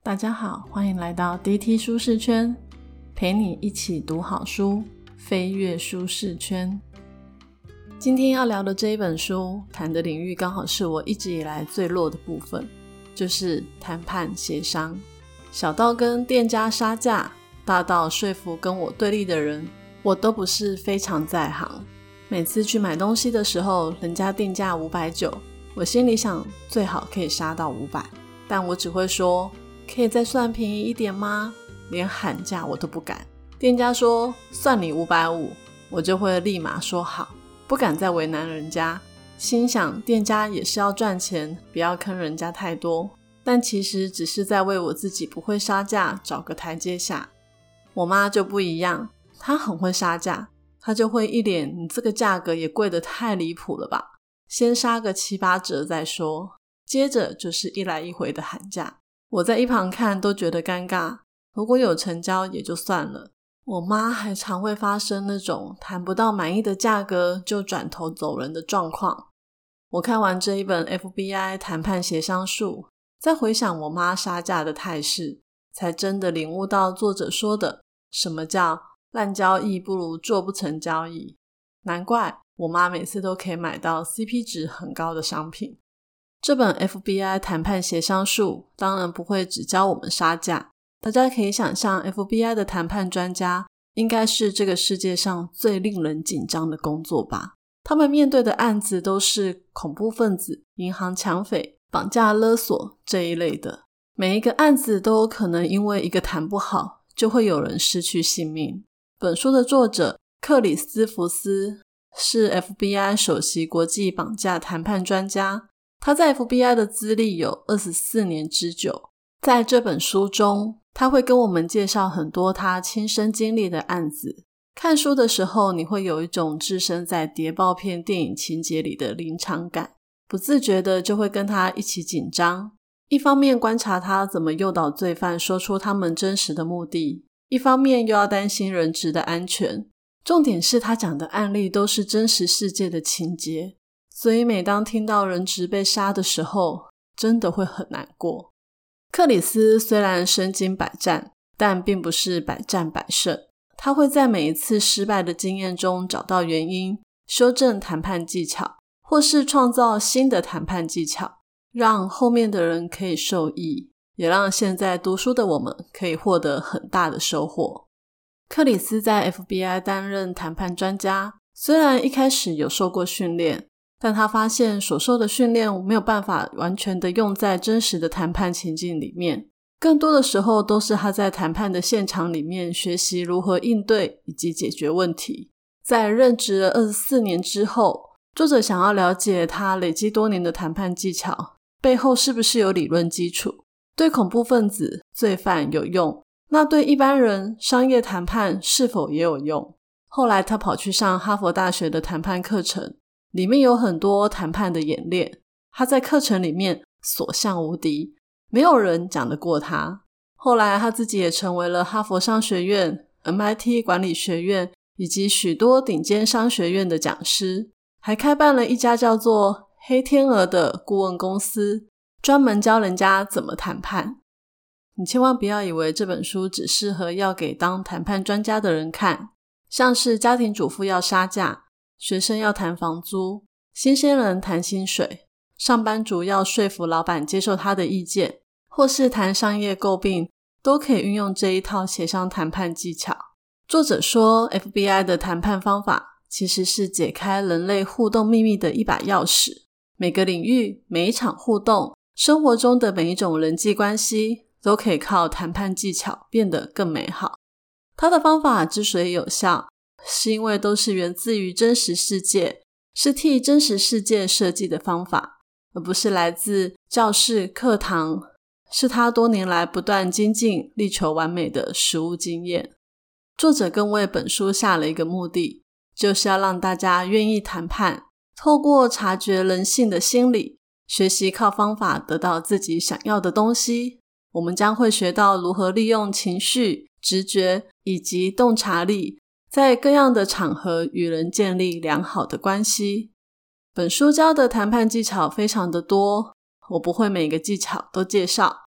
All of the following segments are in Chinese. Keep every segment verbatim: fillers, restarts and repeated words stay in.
大家好，欢迎来到 D T 舒适圈，陪你一起读好书，飞跃舒适圈。今天要聊的这一本书，谈的领域刚好是我一直以来最弱的部分，就是谈判协商。小到跟店家杀价，大到说服跟我对立的人，我都不是非常在行。每次去买东西的时候，人家定价五百九十，我心里想最好可以杀到五百，但我只会说可以再算便宜一点吗？连喊价我都不敢。店家说算你五百五十，我就会立马说好，不敢再为难人家。心想店家也是要赚钱，不要坑人家太多，但其实只是在为我自己不会杀价找个台阶下。我妈就不一样，她很会杀价，她就会一脸你这个价格也贵得太离谱了吧，先杀个七八折再说，接着就是一来一回的喊价。我在一旁看都觉得尴尬，如果有成交也就算了，我妈还常会发生那种谈不到满意的价格就转头走人的状况。我看完这一本 F B I 谈判协商术，再回想我妈杀价的态势，才真的领悟到作者说的什么叫烂交易不如做不成交易。难怪我妈每次都可以买到 C P 值很高的商品。这本 F B I 谈判协商术当然不会只教我们杀价，大家可以想象 F B I 的谈判专家应该是这个世界上最令人紧张的工作吧。他们面对的案子都是恐怖分子、银行抢匪、绑架勒索这一类的，每一个案子都有可能因为一个谈不好就会有人失去性命。本书的作者克里斯福斯是 F B I 首席国际绑架谈判专家，他在 F B I 的资历有二十四年之久。在这本书中，他会跟我们介绍很多他亲身经历的案子。看书的时候，你会有一种置身在谍报片电影情节里的临场感，不自觉的就会跟他一起紧张。一方面观察他怎么诱导罪犯说出他们真实的目的，一方面又要担心人质的安全。重点是他讲的案例都是真实世界的情节，所以每当听到人质被杀的时候，真的会很难过。克里斯虽然身经百战，但并不是百战百胜。他会在每一次失败的经验中找到原因，修正谈判技巧，或是创造新的谈判技巧，让后面的人可以受益，也让现在读书的我们可以获得很大的收获。克里斯在 F B I 担任谈判专家，虽然一开始有受过训练，但他发现所受的训练没有办法完全的用在真实的谈判情境里面，更多的时候都是他在谈判的现场里面学习如何应对以及解决问题。在任职了二十四年之后，作者想要了解他累积多年的谈判技巧背后是不是有理论基础，对恐怖分子、罪犯有用，那对一般人商业谈判是否也有用。后来他跑去上哈佛大学的谈判课程，里面有很多谈判的演练，他在课程里面所向无敌，没有人讲得过他。后来他自己也成为了哈佛商学院、M I T 管理学院以及许多顶尖商学院的讲师，还开办了一家叫做黑天鹅的顾问公司，专门教人家怎么谈判。你千万不要以为这本书只适合要给当谈判专家的人看，像是家庭主妇要杀价，学生要谈房租，新鲜人谈薪水，上班族要说服老板接受他的意见，或是谈商业诟病，都可以运用这一套协商谈判技巧。作者说 F B I 的谈判方法其实是解开人类互动秘密的一把钥匙，每个领域、每一场互动，生活中的每一种人际关系都可以靠谈判技巧变得更美好。他的方法之所以有效，是因为都是源自于真实世界，是替真实世界设计的方法，而不是来自教室、课堂，是他多年来不断精进、力求完美的实务经验。作者更为本书下了一个目的，就是要让大家愿意谈判，透过察觉人性的心理，学习靠方法得到自己想要的东西。我们将会学到如何利用情绪、直觉以及洞察力，在各样的场合与人建立良好的关系。本书教的谈判技巧非常的多，我不会每个技巧都介绍，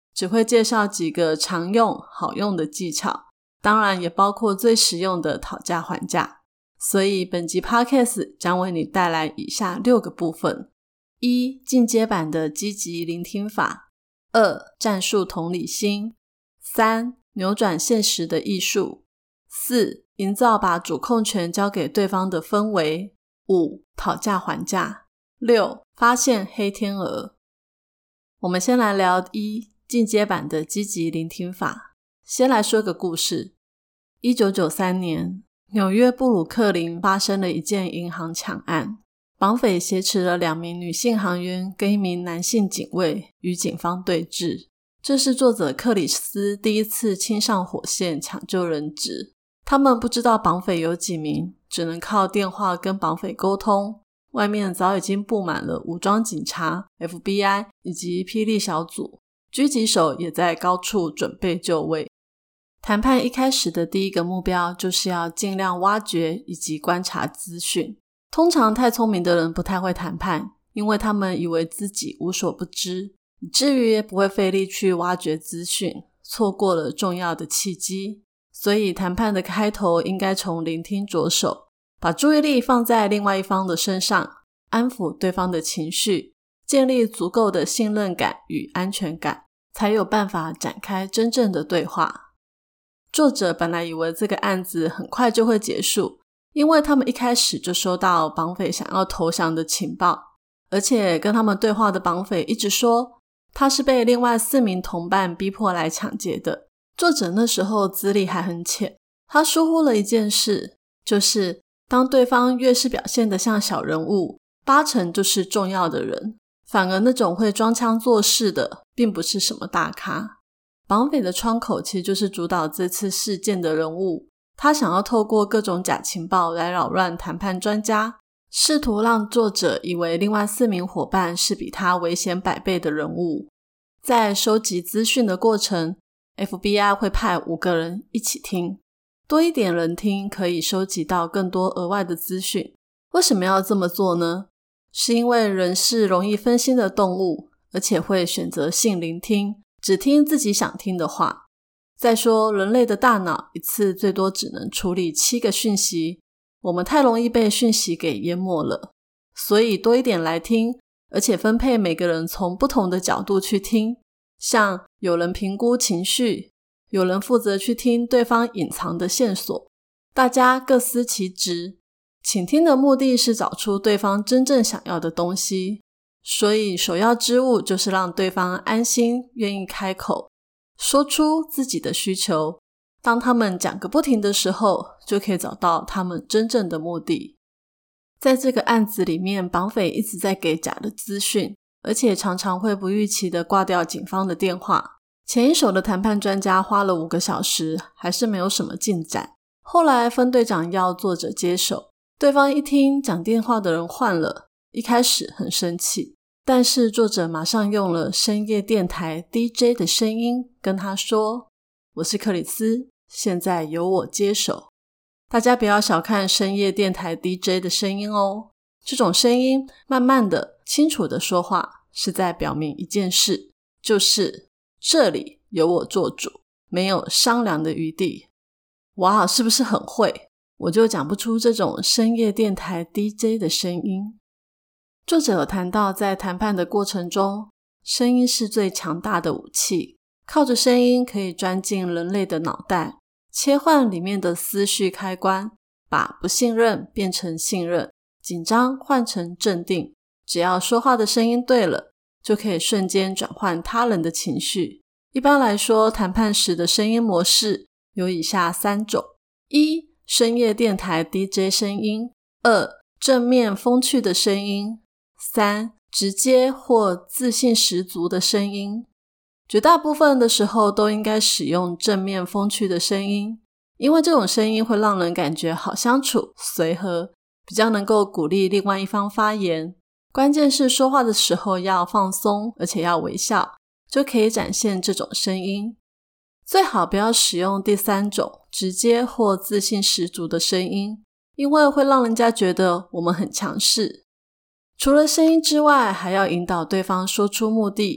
只会介绍几个常用好用的技巧，当然也包括最实用的讨价还价。所以本集 Podcast 将为你带来以下六个部分：一、进阶版的积极聆听法；二、战术同理心；三、扭转现实的艺术；四、营造把主控权交给对方的氛围；五、讨价还价；六、发现黑天鹅。我们先来聊一、进阶版的积极聆听法。先来说个故事。一九九三年，纽约布鲁克林发生了一件银行抢案，绑匪挟持了两名女性行员跟一名男性警卫与警方对峙。这是作者克里斯第一次亲上火线抢救人质。他们不知道绑匪有几名，只能靠电话跟绑匪沟通。外面早已经布满了武装警察、F B I 以及霹雳小组，狙击手也在高处准备就位。谈判一开始的第一个目标就是要尽量挖掘以及观察资讯。通常太聪明的人不太会谈判，因为他们以为自己无所不知，以至于不会费力去挖掘资讯，错过了重要的契机。所以谈判的开头应该从聆听着手，把注意力放在另外一方的身上，安抚对方的情绪，建立足够的信任感与安全感，才有办法展开真正的对话。作者本来以为这个案子很快就会结束，因为他们一开始就收到绑匪想要投降的情报，而且跟他们对话的绑匪一直说他是被另外四名同伴逼迫来抢劫的。作者那时候资历还很浅，他疏忽了一件事，就是当对方越是表现得像小人物，八成就是重要的人，反而那种会装腔作势的并不是什么大咖。绑匪的窗口其实就是主导这次事件的人物，他想要透过各种假情报来扰乱谈判专家，试图让作者以为另外四名伙伴是比他危险百倍的人物。在收集资讯的过程， F B I 会派五个人一起听，多一点人听可以收集到更多额外的资讯。为什么要这么做呢？是因为人是容易分心的动物，而且会选择性聆听，只听自己想听的话。再说人类的大脑一次最多只能处理七个讯息，我们太容易被讯息给淹没了，所以多一点来听，而且分配每个人从不同的角度去听。像有人评估情绪，有人负责去听对方隐藏的线索，大家各司其职。倾听的目的是找出对方真正想要的东西，所以首要之务就是让对方安心，愿意开口说出自己的需求。当他们讲个不停的时候，就可以找到他们真正的目的。在这个案子里面，绑匪一直在给假的资讯，而且常常会不预期的挂掉警方的电话。前一手的谈判专家花了五个小时，还是没有什么进展。后来分队长要作者接手，对方一听讲电话的人换了，一开始很生气，但是作者马上用了深夜电台 D J 的声音跟他说，我是克里斯，现在由我接手。大家不要小看深夜电台 D J 的声音哦，这种声音慢慢的清楚的说话，是在表明一件事，就是这里由我做主，没有商量的余地。哇，是不是很会？我就讲不出这种深夜电台 D J 的声音。作者有谈到，在谈判的过程中，声音是最强大的武器，靠着声音可以钻进人类的脑袋，切换里面的思绪开关，把不信任变成信任，紧张换成镇定。只要说话的声音对了，就可以瞬间转换他人的情绪。一般来说，谈判时的声音模式有以下三种：一、深夜电台 D J 声音；二、正面风趣的声音；三、直接或自信十足的声音。绝大部分的时候都应该使用正面风趣的声音，因为这种声音会让人感觉好相处、随和，比较能够鼓励另外一方发言。关键是说话的时候要放松，而且要微笑，就可以展现这种声音。最好不要使用第三种直接或自信十足的声音，因为会让人家觉得我们很强势。除了声音之外，还要引导对方说出目的，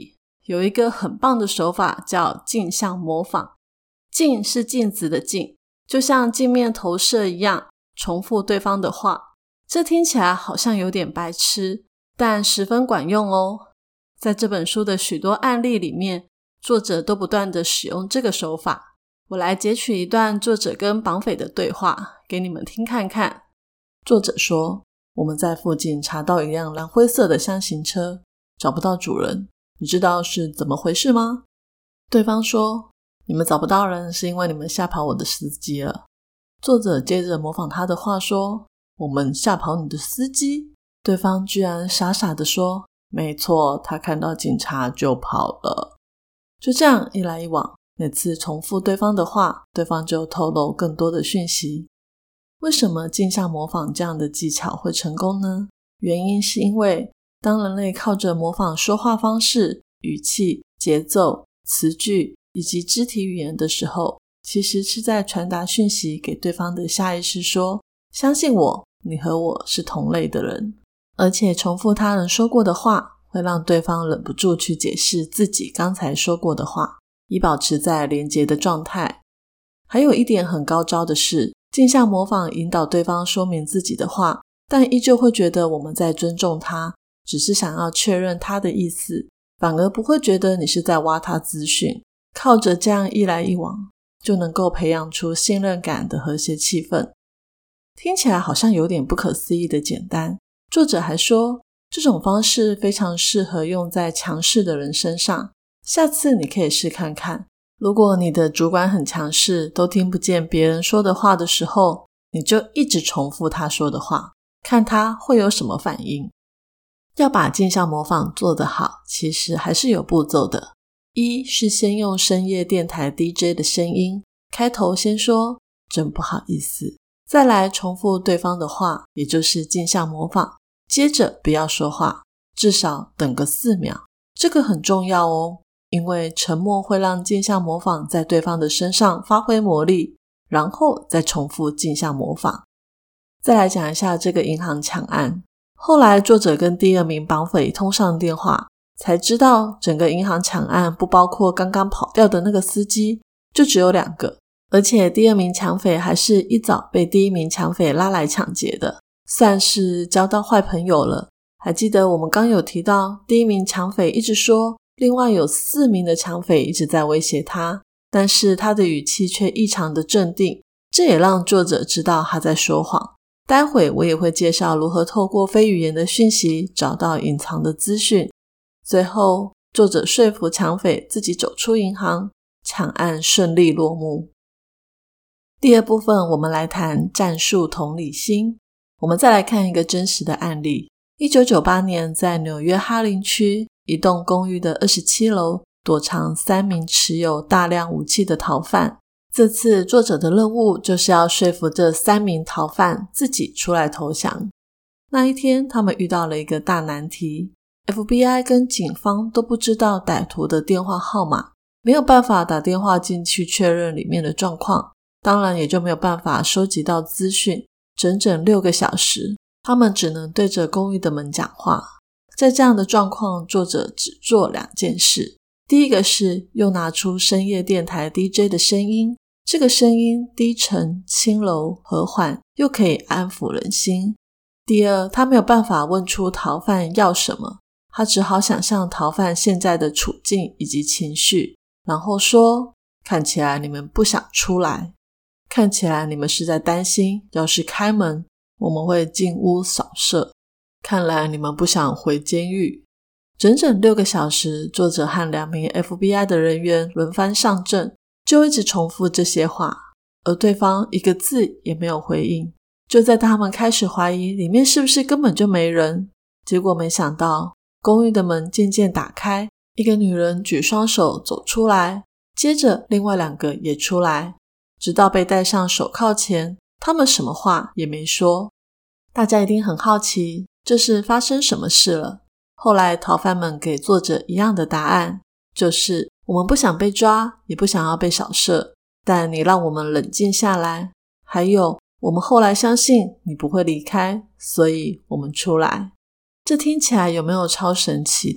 有一个很棒的手法叫镜像模仿。镜是镜子的镜，就像镜面投射一样，重复对方的话。这听起来好像有点白痴，但十分管用哦。在这本书的许多案例里面，作者都不断地使用这个手法。我来截取一段作者跟绑匪的对话给你们听看看。作者说，我们在附近查到一辆蓝灰色的箱型车，找不到主人，你知道是怎么回事吗？对方说，你们找不到人是因为你们吓跑我的司机了。作者接着模仿他的话说，我们吓跑你的司机？对方居然傻傻地说，没错，他看到警察就跑了。就这样一来一往，每次重复对方的话，对方就透露更多的讯息。为什么镜像模仿这样的技巧会成功呢？原因是因为当人类靠着模仿说话方式、语气、节奏、词句以及肢体语言的时候，其实是在传达讯息给对方的下意识说，相信我，你和我是同类的人。而且重复他人说过的话，会让对方忍不住去解释自己刚才说过的话，以保持在连结的状态。还有一点很高招的是，镜像模仿引导对方说明自己的话，但依旧会觉得我们在尊重他，只是想要确认他的意思，反而不会觉得你是在挖他资讯。靠着这样一来一往，就能够培养出信任感的和谐气氛。听起来好像有点不可思议的简单。作者还说，这种方式非常适合用在强势的人身上。下次你可以试看看，如果你的主管很强势，都听不见别人说的话的时候，你就一直重复他说的话，看他会有什么反应。要把镜像模仿做得好，其实还是有步骤的。一是先用深夜电台 D J 的声音，开头先说真不好意思，再来重复对方的话，也就是镜像模仿，接着不要说话，至少等个四秒。这个很重要哦，因为沉默会让镜像模仿在对方的身上发挥魔力，然后再重复镜像模仿。再来讲一下这个银行抢案。后来作者跟第二名绑匪通上电话，才知道整个银行抢案不包括刚刚跑掉的那个司机，就只有两个，而且第二名抢匪还是一早被第一名抢匪拉来抢劫的，算是交到坏朋友了。还记得我们刚有提到，第一名抢匪一直说另外有四名的抢匪一直在威胁他，但是他的语气却异常的镇定，这也让作者知道他在说谎。待会我也会介绍如何透过非语言的讯息找到隐藏的资讯。最后作者说服抢匪自己走出银行，抢案顺利落幕。第二部分我们来谈战术同理心。我们再来看一个真实的案例。一九九八年在纽约哈林区一栋公寓的二十七楼躲藏三名持有大量武器的逃犯。这次作者的任务就是要说服这三名逃犯自己出来投降。那一天他们遇到了一个大难题， F B I 跟警方都不知道歹徒的电话号码，没有办法打电话进去确认里面的状况，当然也就没有办法收集到资讯。整整六个小时，他们只能对着公寓的门讲话。在这样的状况，作者只做两件事。第一个是又拿出深夜电台 D J 的声音，这个声音低沉、轻柔、和缓，又可以安抚人心。第二，他没有办法问出逃犯要什么，他只好想象逃犯现在的处境以及情绪，然后说，看起来你们不想出来，看起来你们是在担心，要是开门，我们会进屋扫射，看来你们不想回监狱。整整六个小时，作者和两名 F B I 的人员轮番上阵，就一直重复这些话，而对方一个字也没有回应。就在他们开始怀疑里面是不是根本就没人，结果没想到公寓的门渐渐打开，一个女人举双手走出来，接着另外两个也出来，直到被戴上手铐前，他们什么话也没说。大家一定很好奇，这是发生什么事了。后来逃犯们给作者一样的答案，就是我们不想被抓，也不想要被扫射，但你让我们冷静下来，还有我们后来相信你不会离开，所以我们出来。这听起来有没有超神奇的？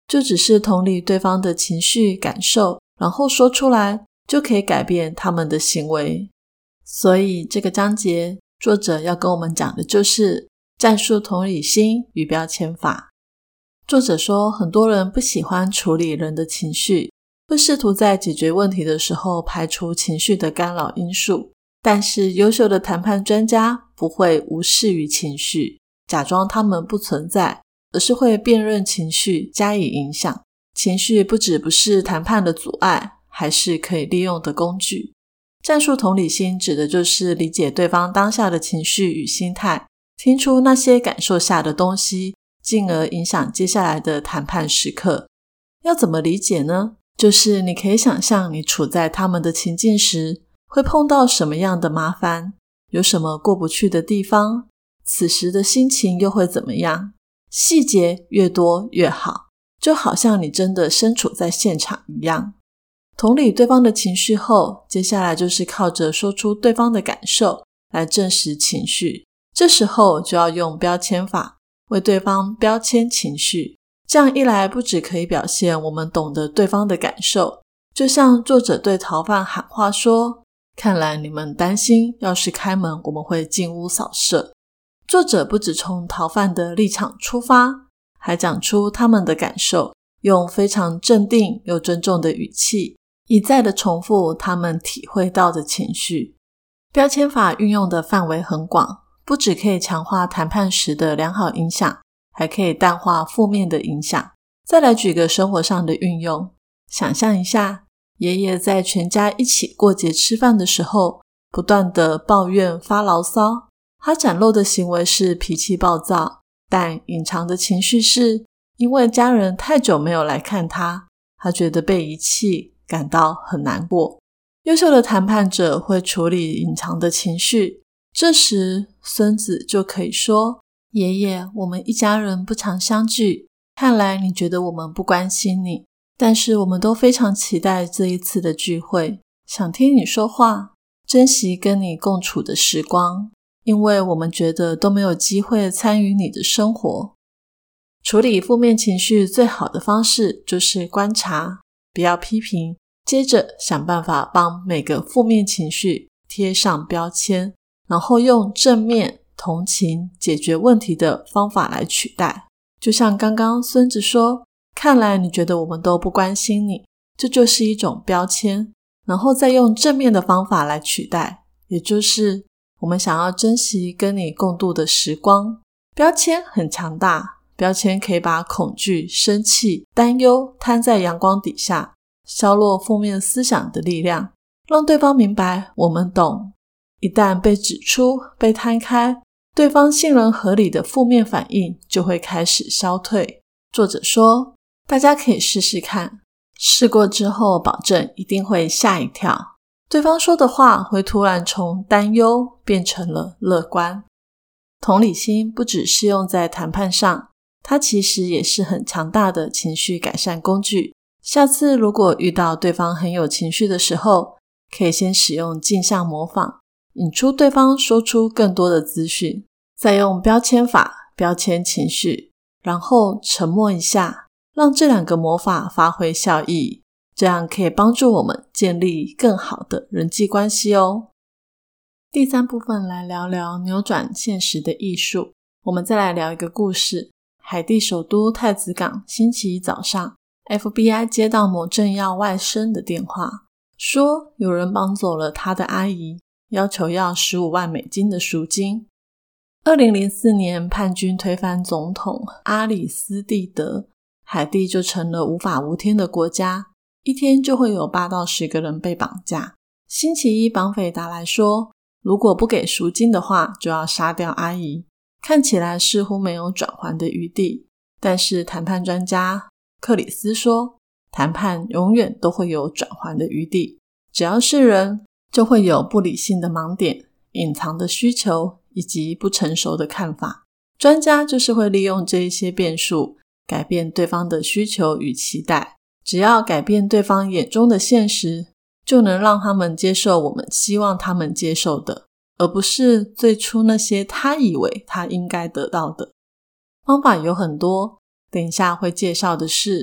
就只是同理对方的情绪感受，然后说出来，就可以改变他们的行为。所以这个章节作者要跟我们讲的就是战术同理心与标签法。作者说，很多人不喜欢处理人的情绪，会试图在解决问题的时候排除情绪的干扰因素，但是优秀的谈判专家不会无视于情绪，假装他们不存在，而是会辨认情绪，加以影响。情绪不只不是谈判的阻碍，还是可以利用的工具。战术同理心指的就是理解对方当下的情绪与心态，听出那些感受下的东西，进而影响接下来的谈判时刻。要怎么理解呢？就是你可以想象你处在他们的情境时，会碰到什么样的麻烦，有什么过不去的地方，此时的心情又会怎么样？细节越多越好，就好像你真的身处在现场一样。同理对方的情绪后，接下来就是靠着说出对方的感受来证实情绪。这时候就要用标签法，为对方标签情绪。这样一来，不只可以表现我们懂得对方的感受，就像作者对逃犯喊话说，看来你们担心要是开门我们会进屋扫射。作者不只从逃犯的立场出发，还讲出他们的感受，用非常镇定又尊重的语气，一再的重复他们体会到的情绪。标签法运用的范围很广，不只可以强化谈判时的良好影响，还可以淡化负面的影响。再来举个生活上的运用，想象一下，爷爷在全家一起过节吃饭的时候，不断的抱怨发牢骚，他展露的行为是脾气暴躁，但隐藏的情绪是因为家人太久没有来看他，他觉得被遗弃，感到很难过。优秀的谈判者会处理隐藏的情绪，这时孙子就可以说，爷爷，我们一家人不常相聚，看来你觉得我们不关心你，但是我们都非常期待这一次的聚会，想听你说话，珍惜跟你共处的时光，因为我们觉得都没有机会参与你的生活。处理负面情绪最好的方式就是观察，不要批评，接着想办法帮每个负面情绪贴上标签，然后用正面、同情、解决问题的方法来取代。就像刚刚孙子说，看来你觉得我们都不关心你，这就是一种标签，然后再用正面的方法来取代，也就是我们想要珍惜跟你共度的时光。标签很强大，标签可以把恐惧、生气、担忧摊在阳光底下，削弱负面思想的力量，让对方明白我们懂。一旦被指出、被摊开，对方信任合理的负面反应就会开始消退。作者说，大家可以试试看，试过之后保证一定会吓一跳。对方说的话会突然从担忧变成了乐观。同理心不只适用在谈判上，它其实也是很强大的情绪改善工具。下次如果遇到对方很有情绪的时候，可以先使用镜像模仿，引出对方说出更多的资讯，再用标签法标签情绪，然后沉默一下，让这两个魔法发挥效益，这样可以帮助我们建立更好的人际关系哦。第三部分来聊聊扭转现实的艺术。我们再来聊一个故事。海地首都太子港星期一早上， F B I 接到某政要外甥的电话，说有人绑走了他的阿姨，要求要十五万美金的赎金。二零零四年叛军推翻总统阿里斯蒂德，海地就成了无法无天的国家，一天就会有八到十个人被绑架。星期一绑匪打来说，如果不给赎金的话，就要杀掉阿姨。看起来似乎没有转圜的余地，但是谈判专家克里斯说，谈判永远都会有转圜的余地，只要是人，就会有不理性的盲点、隐藏的需求以及不成熟的看法。专家就是会利用这一些变数，改变对方的需求与期待。只要改变对方眼中的现实，就能让他们接受我们希望他们接受的，而不是最初那些他以为他应该得到的。方法有很多，等一下会介绍的是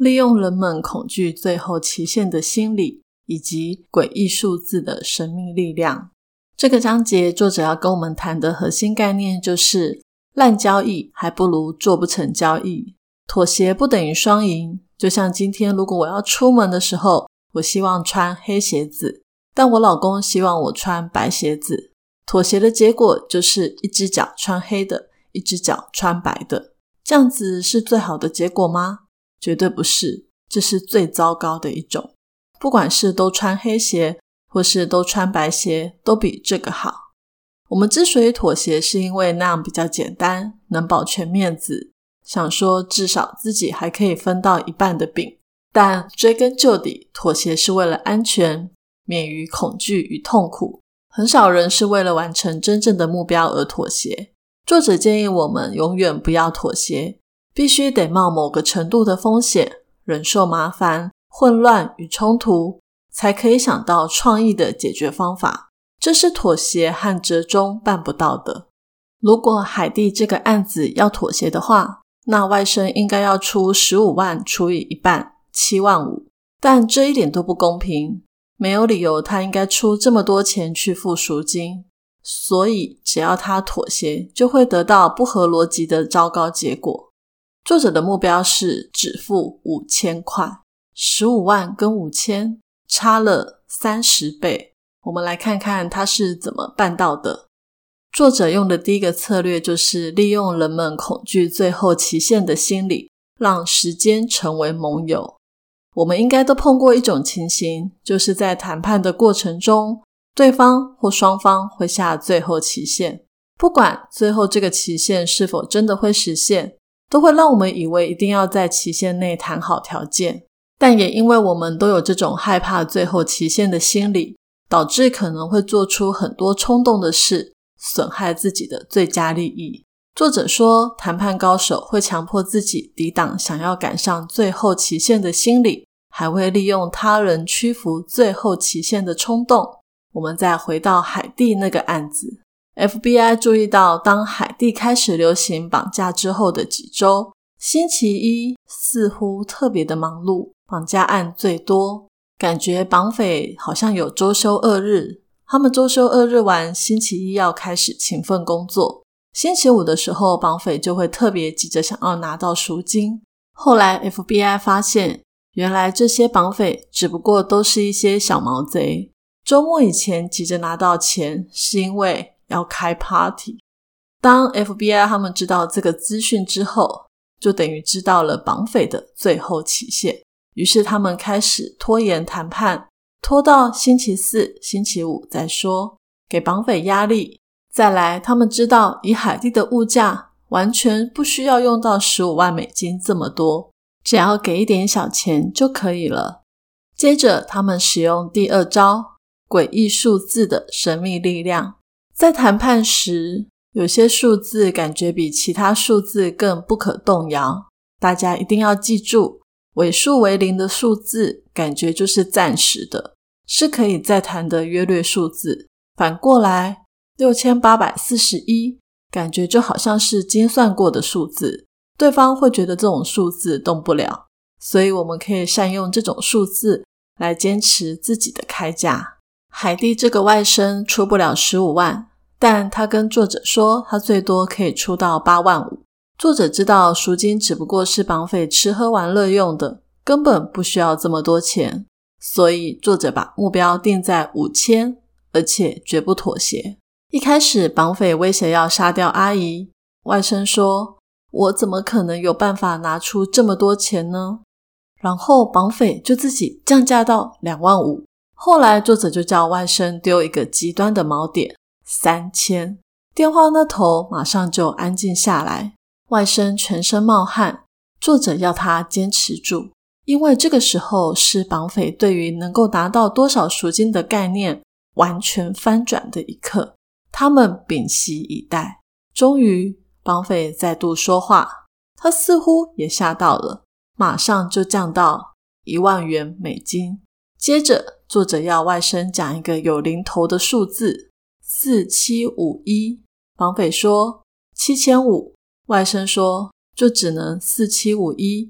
利用人们恐惧最后期限的心理，以及诡异数字的神秘力量。这个章节作者要跟我们谈的核心概念就是烂交易还不如做不成交易，妥协不等于双赢。就像今天如果我要出门的时候，我希望穿黑鞋子，但我老公希望我穿白鞋子，妥协的结果就是一只脚穿黑的，一只脚穿白的。这样子是最好的结果吗？绝对不是，这是最糟糕的一种。不管是都穿黑鞋或是都穿白鞋，都比这个好。我们之所以妥协，是因为那样比较简单，能保全面子，想说至少自己还可以分到一半的饼。但追根究底，妥协是为了安全，免于恐惧与痛苦。很少人是为了完成真正的目标而妥协。作者建议我们永远不要妥协，必须得冒某个程度的风险，忍受麻烦、混乱与冲突，才可以想到创意的解决方法。这是妥协和折中办不到的。如果海蒂这个案子要妥协的话，那外甥应该要出十五万除以一半，七万五。但这一点都不公平，没有理由他应该出这么多钱去付赎金。所以只要他妥协，就会得到不合逻辑的糟糕结果。作者的目标是只付五千块，十五万跟五千差了三十倍。我们来看看他是怎么办到的。作者用的第一个策略就是利用人们恐惧最后期限的心理，让时间成为盟友。我们应该都碰过一种情形，就是在谈判的过程中，对方或双方会下最后期限，不管最后这个期限是否真的会实现，都会让我们以为一定要在期限内谈好条件。但也因为我们都有这种害怕最后期限的心理，导致可能会做出很多冲动的事，损害自己的最佳利益。作者说，谈判高手会强迫自己抵挡想要赶上最后期限的心理，还会利用他人屈服最后期限的冲动。我们再回到海蒂那个案子， F B I 注意到当海蒂开始流行绑架之后的几周，星期一似乎特别的忙碌，绑架案最多，感觉绑匪好像有周休二日，他们周休二日完，星期一要开始勤奋工作，星期五的时候绑匪就会特别急着想要拿到赎金。后来 F B I 发现，原来这些绑匪只不过都是一些小毛贼，周末以前急着拿到钱，是因为要开 party。 当 F B I 他们知道这个资讯之后，就等于知道了绑匪的最后期限，于是他们开始拖延谈判，拖到星期四、星期五再说，给绑匪压力。再来，他们知道以海蒂的物价，完全不需要用到十五万美金这么多，只要给一点小钱就可以了。接着他们使用第二招，诡异数字的神秘力量。在谈判时，有些数字感觉比其他数字更不可动摇。大家一定要记住，尾数为零的数字感觉就是暂时的，是可以再谈的约略数字。反过来，六千八百四十一感觉就好像是精算过的数字，对方会觉得这种数字动不了，所以我们可以善用这种数字来坚持自己的开价。海蒂这个外甥出不了十五万，但他跟作者说他最多可以出到八万五。作者知道赎金只不过是绑匪吃喝玩乐用的，根本不需要这么多钱，所以作者把目标定在五千，而且绝不妥协。一开始绑匪威胁要杀掉阿姨，外甥说，我怎么可能有办法拿出这么多钱呢？然后绑匪就自己降价到两万五。后来作者就叫外甥丢一个极端的锚点，三千。电话那头马上就安静下来，外甥全身冒汗。作者要他坚持住，因为这个时候是绑匪对于能够拿到多少赎金的概念完全翻转的一刻。他们屏息以待，终于绑匪再度说话，他似乎也吓到了，马上就降到一万元美金。接着作者要外甥讲一个有零头的数字，四七五一。绑匪说七千五，外甥说就只能四七五一。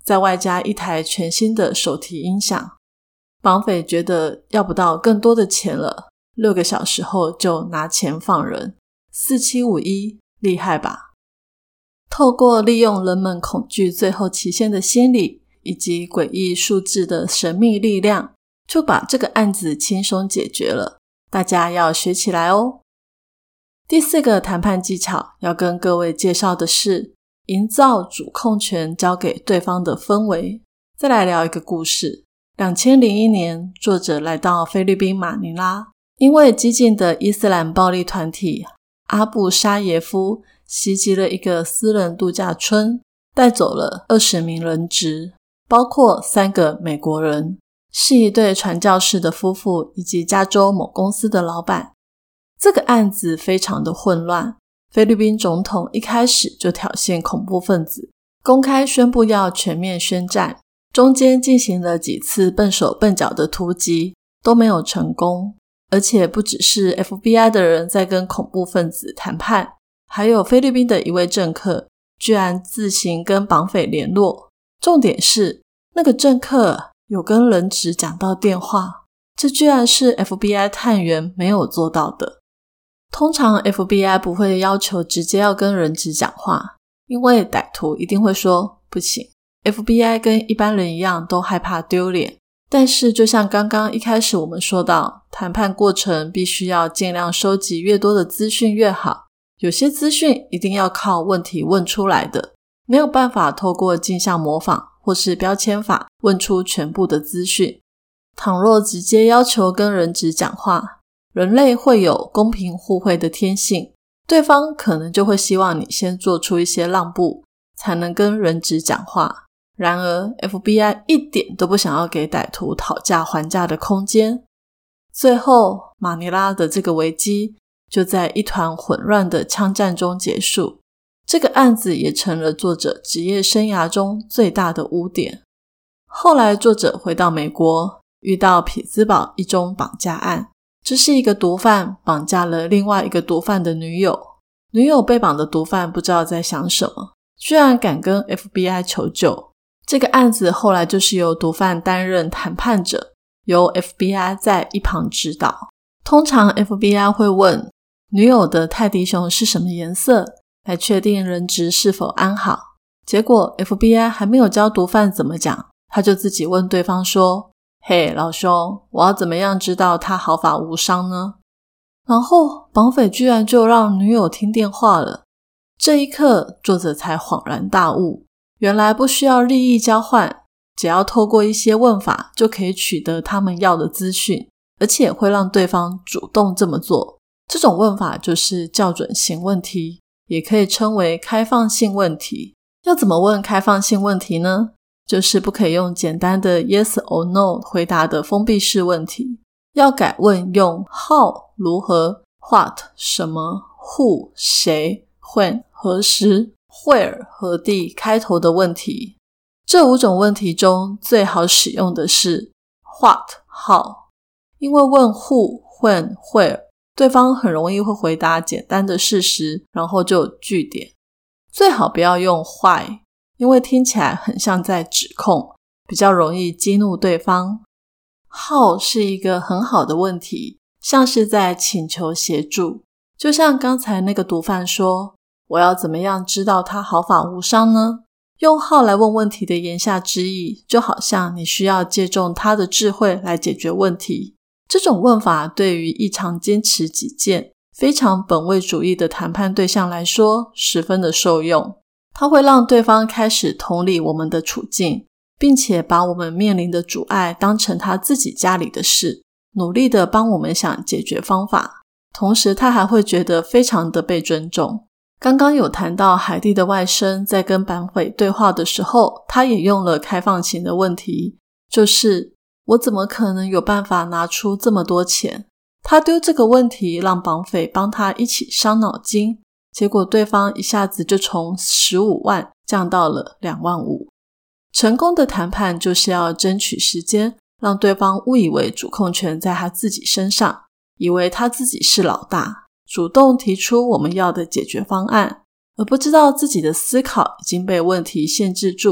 再外加一台全新的手提音响。绑匪觉得要不到更多的钱了，六个小时后就拿钱放人。四七五一，厉害吧？透过利用人们恐惧最后期限的心理以及诡异数字的神秘力量，就把这个案子轻松解决了。大家要学起来哦。第四个谈判技巧要跟各位介绍的是营造主控权交给对方的氛围。再来聊一个故事。二零零一年，作者来到菲律宾马尼拉，因为激进的伊斯兰暴力团体阿布沙耶夫袭击了一个私人度假村，带走了二十名人质，包括三个美国人，是一对传教士的夫妇以及加州某公司的老板。这个案子非常的混乱，菲律宾总统一开始就挑衅恐怖分子，公开宣布要全面宣战，中间进行了几次笨手笨脚的突击，都没有成功。而且不只是 F B I 的人在跟恐怖分子谈判，还有菲律宾的一位政客居然自行跟绑匪联络。重点是那个政客有跟人质讲到电话，这居然是 F B I 探员没有做到的。通常 F B I 不会要求直接要跟人质讲话，因为歹徒一定会说不行。F B I 跟一般人一样都害怕丢脸，但是就像刚刚一开始我们说到，谈判过程必须要尽量收集越多的资讯越好，有些资讯一定要靠问题问出来的，没有办法透过镜像模仿或是标签法问出全部的资讯。倘若直接要求跟人质讲话，人类会有公平互惠的天性，对方可能就会希望你先做出一些让步，才能跟人质讲话。然而 F B I 一点都不想要给歹徒讨价还价的空间。最后马尼拉的这个危机就在一团混乱的枪战中结束。这个案子也成了作者职业生涯中最大的污点。后来作者回到美国，遇到匹兹堡一宗绑架案，这是一个毒贩绑架了另外一个毒贩的女友，女友被绑的毒贩不知道在想什么，居然敢跟 F B I 求救。这个案子后来就是由毒贩担任谈判者，由 F B I 在一旁指导。通常 F B I 会问女友的泰迪熊是什么颜色，来确定人质是否安好。结果 F B I 还没有教毒贩怎么讲，他就自己问对方说，嘿老兄，我要怎么样知道他毫发无伤呢？然后绑匪居然就让女友听电话了。这一刻作者才恍然大悟，原来不需要利益交换，只要透过一些问法就可以取得他们要的资讯，而且会让对方主动这么做。这种问法就是校准型问题，也可以称为开放性问题。要怎么问开放性问题呢？就是不可以用简单的 yes or no 回答的封闭式问题，要改问用 how 如何、what 什么、who 谁、when 何时、where 何地开头的问题。这五种问题中最好使用的是 what how， 因为问 who when where 对方很容易会回答简单的事实，然后就句点。最好不要用 why， 因为听起来很像在指控，比较容易激怒对方。how 是一个很好的问题，像是在请求协助，就像刚才那个毒贩说，我要怎么样知道他毫发无伤呢？用 how 来问问题的言下之意，就好像你需要借重他的智慧来解决问题。这种问法对于异常坚持己见、非常本位主义的谈判对象来说十分的受用。它会让对方开始同理我们的处境，并且把我们面临的阻碍当成他自己家里的事，努力的帮我们想解决方法。同时他还会觉得非常的被尊重。刚刚有谈到海蒂的外甥在跟绑匪对话的时候，他也用了开放型的问题，就是我怎么可能有办法拿出这么多钱？他丢这个问题让绑匪帮他一起伤脑筋，结果对方一下子就从十五万降到了两万五。成功的谈判就是要争取时间，让对方误以为主控权在他自己身上，以为他自己是老大，主动提出我们要的解决方案，而不知道自己的思考已经被问题限制住，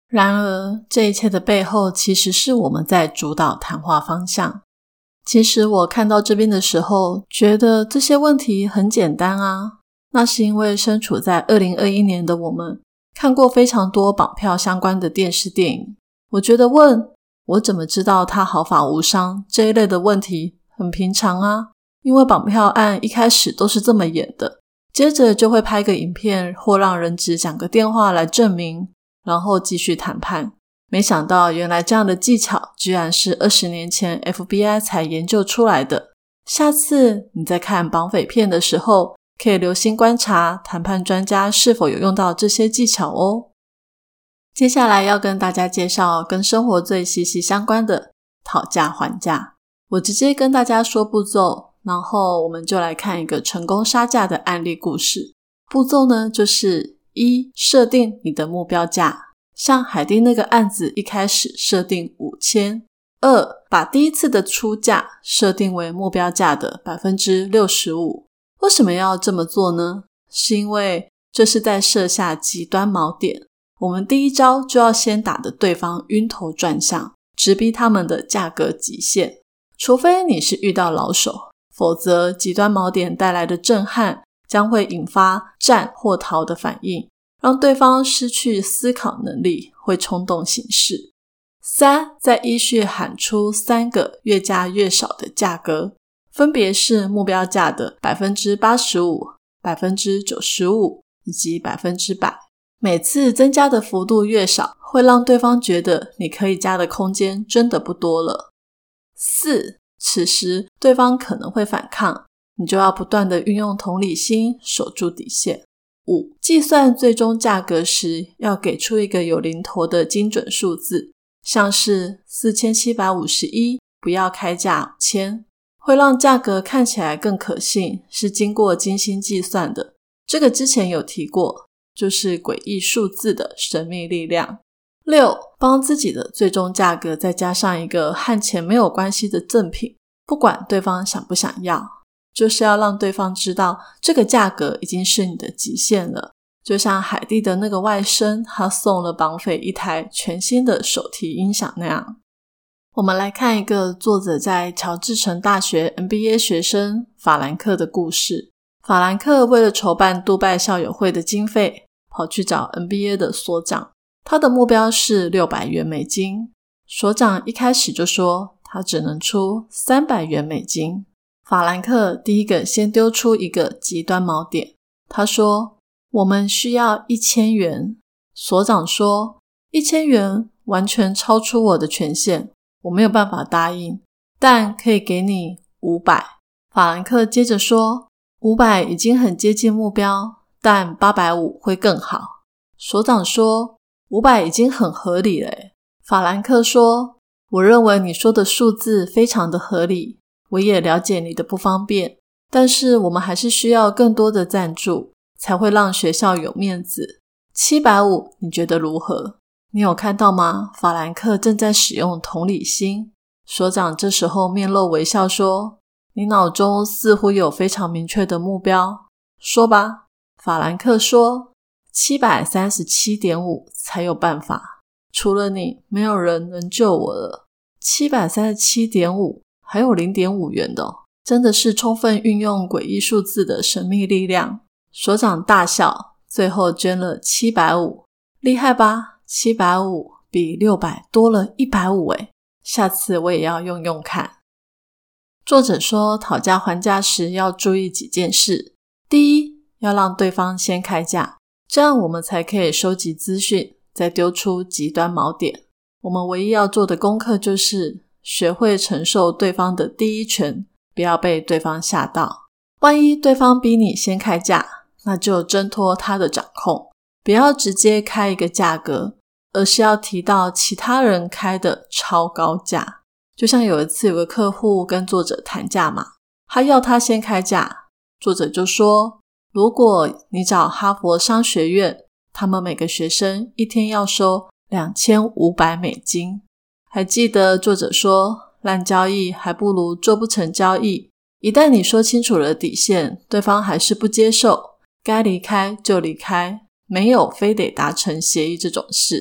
然而，这一切的背后其实是我们在主导谈话方向。其实我看到这边的时候，觉得这些问题很简单啊。那是因为身处在二零二一年的我们，看过非常多绑票相关的电视电影。我觉得问我怎么知道他毫发无伤这一类的问题很平常啊，因为绑票案一开始都是这么演的，接着就会拍个影片或让人质讲个电话来证明，然后继续谈判。没想到原来这样的技巧居然是二十年前 F B I 才研究出来的。下次你在看绑匪片的时候，可以留心观察谈判专家是否有用到这些技巧哦。接下来要跟大家介绍跟生活最息息相关的讨价还价。我直接跟大家说步骤，然后我们就来看一个成功杀价的案例故事。步骤呢，就是一、设定你的目标价，像海蒂那个案子一开始设定五千。二、把第一次的出价设定为目标价的 百分之六十五。 为什么要这么做呢？是因为这是在设下极端锚点，我们第一招就要先打得对方晕头转向，直逼他们的价格极限。除非你是遇到老手，否则极端锚点带来的震撼将会引发战或逃的反应，让对方失去思考能力，会冲动行事。三、再依序喊出三个越加越少的价格，分别是目标价的 百分之八十五、百分之九十五 以及 百分之百。每次增加的幅度越少，会让对方觉得你可以加的空间真的不多了。四、此时对方可能会反抗，你就要不断的运用同理心，守住底线。五、计算最终价格时，要给出一个有零头的精准数字，像是四千七百五十一，不要开价五千，会让价格看起来更可信，是经过精心计算的。这个之前有提过，就是诡异数字的神秘力量。六、帮自己的最终价格再加上一个和钱没有关系的赠品，不管对方想不想要，就是要让对方知道这个价格已经是你的极限了。就像海蒂的那个外甥，他送了绑匪一台全新的手提音响那样。我们来看一个作者在乔治城大学 M B A 学生法兰克的故事。法兰克为了筹办杜拜校友会的经费，跑去找 N B A 的所长，他的目标是六百元美金。所长一开始就说他只能出三百元美金。法兰克第一个先丢出一个极端锚点，他说我们需要一千元。所长说一千元完全超出我的权限，我没有办法答应，但可以给你五百。法兰克接着说五百已经很接近目标，但八百五十会更好。所长说五百已经很合理了耶。法兰克说我认为你说的数字非常的合理，我也了解你的不方便，但是我们还是需要更多的赞助，才会让学校有面子。七百五十你觉得如何？你有看到吗？法兰克正在使用同理心。所长这时候面露微笑说你脑中似乎有非常明确的目标，说吧。法兰克说 七百三十七点五 才有办法，除了你没有人能救我了。 七百三十七点五 还有 零点五元的哦，真的是充分运用诡异数字的神秘力量。所长大笑，最后捐了七百五十，厉害吧？七百五十比六百多了一百五十耶，下次我也要用用看。作者说讨价还价时要注意几件事。第一，要让对方先开价，这样我们才可以收集资讯，再丢出极端锚点。我们唯一要做的功课就是学会承受对方的第一拳，不要被对方吓到。万一对方逼你先开价，那就挣脱他的掌控，不要直接开一个价格，而是要提到其他人开的超高价。就像有一次有个客户跟作者谈价嘛，他要他先开价，作者就说如果你找哈佛商学院，他们每个学生一天要收两千五百美金。还记得作者说烂交易还不如做不成交易，一旦你说清楚了底线，对方还是不接受，该离开就离开，没有非得达成协议这种事。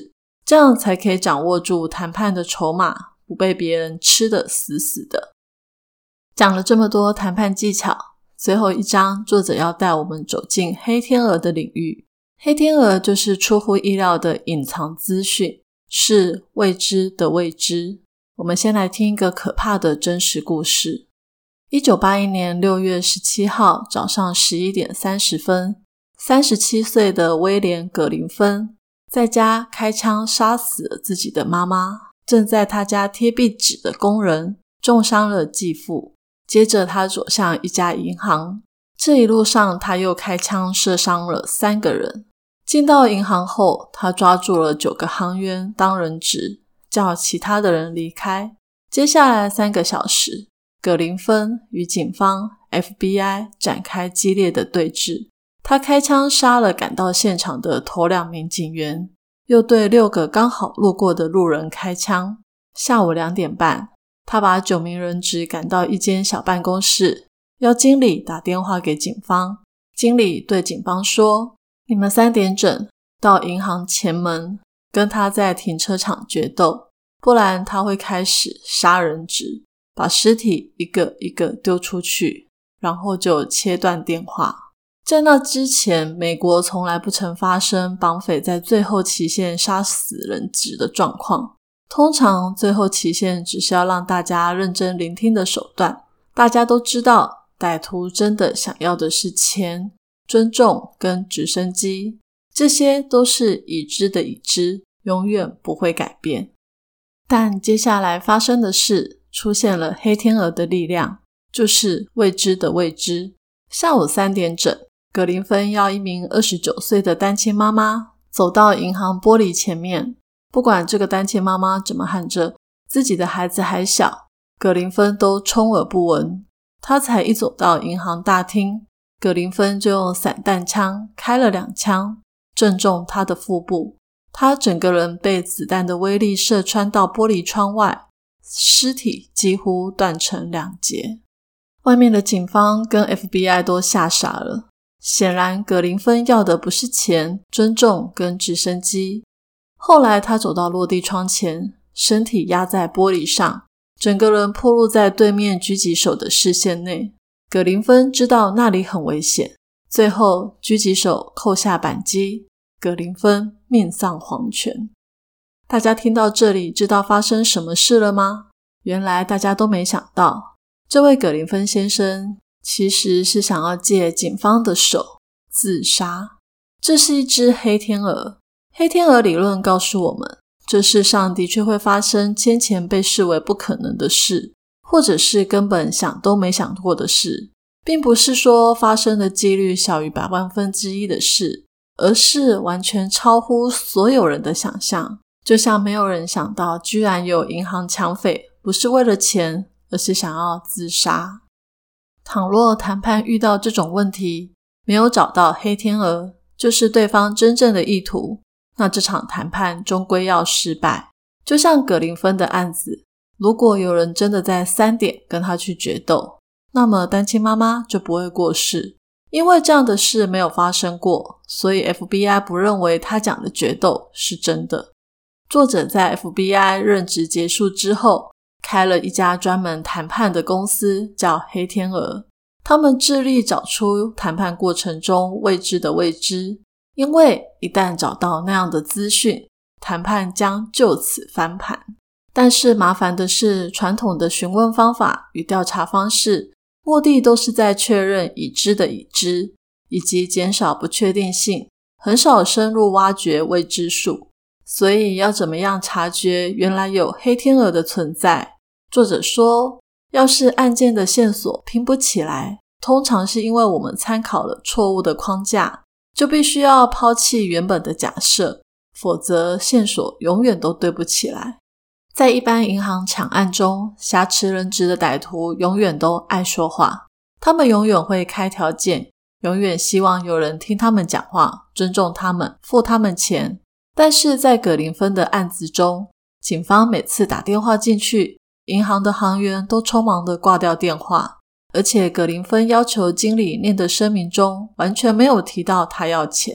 这样才可以掌握住谈判的筹码，不被别人吃得死死的。讲了这么多谈判技巧，最后一章作者要带我们走进黑天鹅的领域。黑天鹅就是出乎意料的隐藏资讯，是未知的未知。我们先来听一个可怕的真实故事。一九八一年六月十七号早上十一点三十分，三十七岁的威廉·葛林芬在家开枪杀死了自己的妈妈，正在他家贴壁纸的工人重伤了继父。接着他走向一家银行，这一路上他又开枪射伤了三个人。进到银行后，他抓住了九个行员当人质，叫其他的人离开。接下来三个小时，葛林芬与警方 F B I 展开激烈的对峙。他开枪杀了赶到现场的头两名警员，又对六个刚好路过的路人开枪。下午两点半，他把九名人质赶到一间小办公室，要经理打电话给警方。经理对警方说，你们三点整到银行前门跟他在停车场决斗，不然他会开始杀人质，把尸体一个一个丢出去，然后就切断电话。在那之前，美国从来不曾发生绑匪在最后期限杀死人质的状况。通常最后期限只是要让大家认真聆听的手段。大家都知道，歹徒真的想要的是钱、尊重跟直升机，这些都是已知的已知，永远不会改变。但接下来发生的事，出现了黑天鹅的力量，就是未知的未知。下午三点整，葛林芬要一名二十九岁的单亲妈妈走到银行玻璃前面。不管这个单亲妈妈怎么喊着自己的孩子还小，葛林芬都充耳不闻。她才一走到银行大厅，葛林芬就用散弹枪开了两枪，正中她的腹部。她整个人被子弹的威力射穿到玻璃窗外，尸体几乎断成两截。外面的警方跟 F B I 都吓傻了。显然葛林芬要的不是钱、尊重跟直升机。后来他走到落地窗前，身体压在玻璃上，整个人暴露在对面狙击手的视线内。葛林芬知道那里很危险，最后狙击手扣下扳机，葛林芬命丧黄泉。大家听到这里知道发生什么事了吗？原来大家都没想到，这位葛林芬先生其实是想要借警方的手自杀。这是一只黑天鹅。黑天鹅理论告诉我们，这世上的确会发生先前被视为不可能的事，或者是根本想都没想过的事，并不是说发生的几率小于百万分之一的事，而是完全超乎所有人的想象。就像没有人想到居然有银行抢匪不是为了钱，而是想要自杀。倘若谈判遇到这种问题，没有找到黑天鹅，就是对方真正的意图，那这场谈判终归要失败。就像葛林芬的案子，如果有人真的在三点跟他去决斗，那么单亲妈妈就不会过世。因为这样的事没有发生过，所以 F B I 不认为他讲的决斗是真的。作者在 F B I 任职结束之后，开了一家专门谈判的公司，叫黑天鹅。他们致力找出谈判过程中未知的未知，因为一旦找到那样的资讯，谈判将就此翻盘。但是麻烦的是，传统的询问方法与调查方式，目的都是在确认已知的已知，以及减少不确定性，很少深入挖掘未知数。所以要怎么样察觉原来有黑天鹅的存在？作者说，要是案件的线索拼不起来，通常是因为我们参考了错误的框架，就必须要抛弃原本的假设，否则线索永远都对不起来。在一般银行抢案中，挟持人质的歹徒永远都爱说话，他们永远会开条件，永远希望有人听他们讲话，尊重他们，付他们钱。但是在葛林芬的案子中，警方每次打电话进去，银行的行员都匆忙地挂掉电话，而且葛林芬要求经理念的声明中完全没有提到他要钱。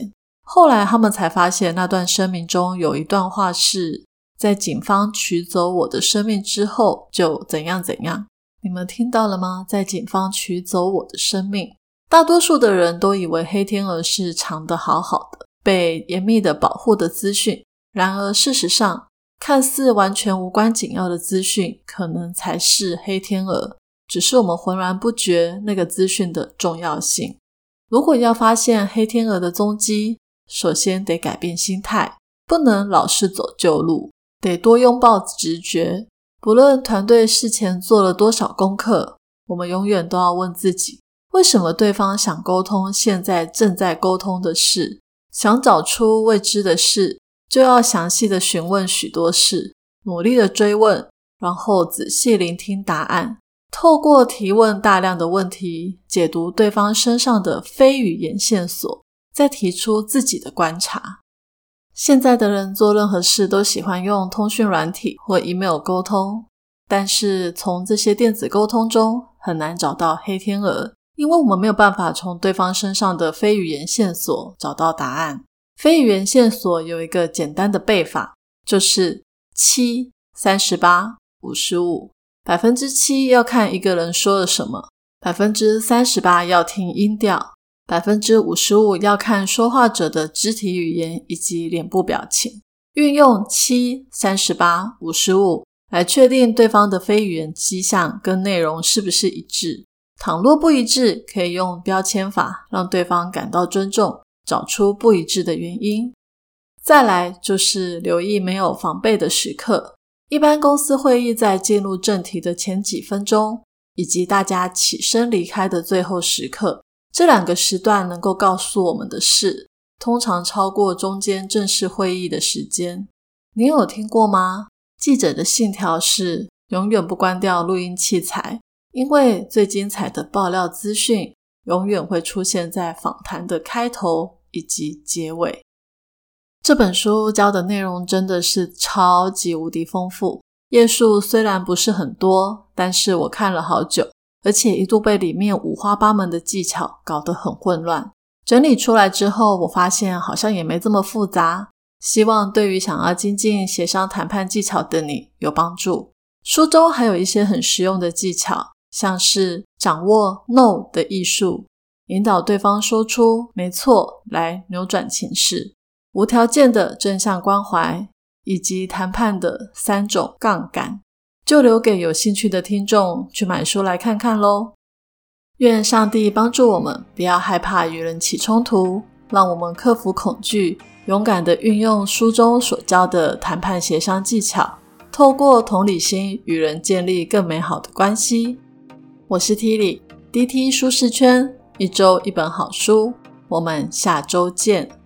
后来他们才发现那段声明中有一段话是在警方取走我的生命之后就怎样怎样。你们听到了吗？在警方取走我的生命。大多数的人都以为黑天鹅是藏得好好的，被严密的保护的资讯，然而事实上看似完全无关紧要的资讯可能才是黑天鹅，只是我们浑然不觉那个资讯的重要性。如果要发现黑天鹅的踪迹，首先得改变心态，不能老是走旧路，得多拥抱直觉。不论团队事前做了多少功课，我们永远都要问自己，为什么对方想沟通现在正在沟通的事？想找出未知的事，就要详细的询问许多事，努力的追问，然后仔细聆听答案。透过提问大量的问题，解读对方身上的非语言线索，再提出自己的观察。现在的人做任何事都喜欢用通讯软体或 email 沟通，但是从这些电子沟通中很难找到黑天鹅，因为我们没有办法从对方身上的非语言线索找到答案。非语言线索有一个简单的背法，就是七、三十八、五十五。百分之七要看一个人说了什么，百分之三十八要听音调，百分之五十五要看说话者的肢体语言以及脸部表情。运用七、三十八、五十五来确定对方的非语言迹象跟内容是不是一致。倘若不一致，可以用标签法让对方感到尊重，找出不一致的原因。再来就是留意没有防备的时刻。一般公司会议在进入正题的前几分钟，以及大家起身离开的最后时刻，这两个时段能够告诉我们的事，通常超过中间正式会议的时间。你有听过吗？记者的信条是永远不关掉录音器材，因为最精彩的爆料资讯永远会出现在访谈的开头以及结尾。这本书教的内容真的是超级无敌丰富，页数虽然不是很多，但是我看了好久，而且一度被里面五花八门的技巧搞得很混乱。整理出来之后，我发现好像也没这么复杂，希望对于想要精进协商谈判技巧的你有帮助。书中还有一些很实用的技巧，像是掌握 no 的艺术，引导对方说出没错来扭转情势，无条件的正向关怀，以及谈判的三种杠杆，就留给有兴趣的听众去买书来看看咯。愿上帝帮助我们不要害怕与人起冲突，让我们克服恐惧，勇敢地运用书中所教的谈判协商技巧，透过同理心与人建立更美好的关系。我是 Tilly， D T 舒适圈，一周一本好书，我们下周见。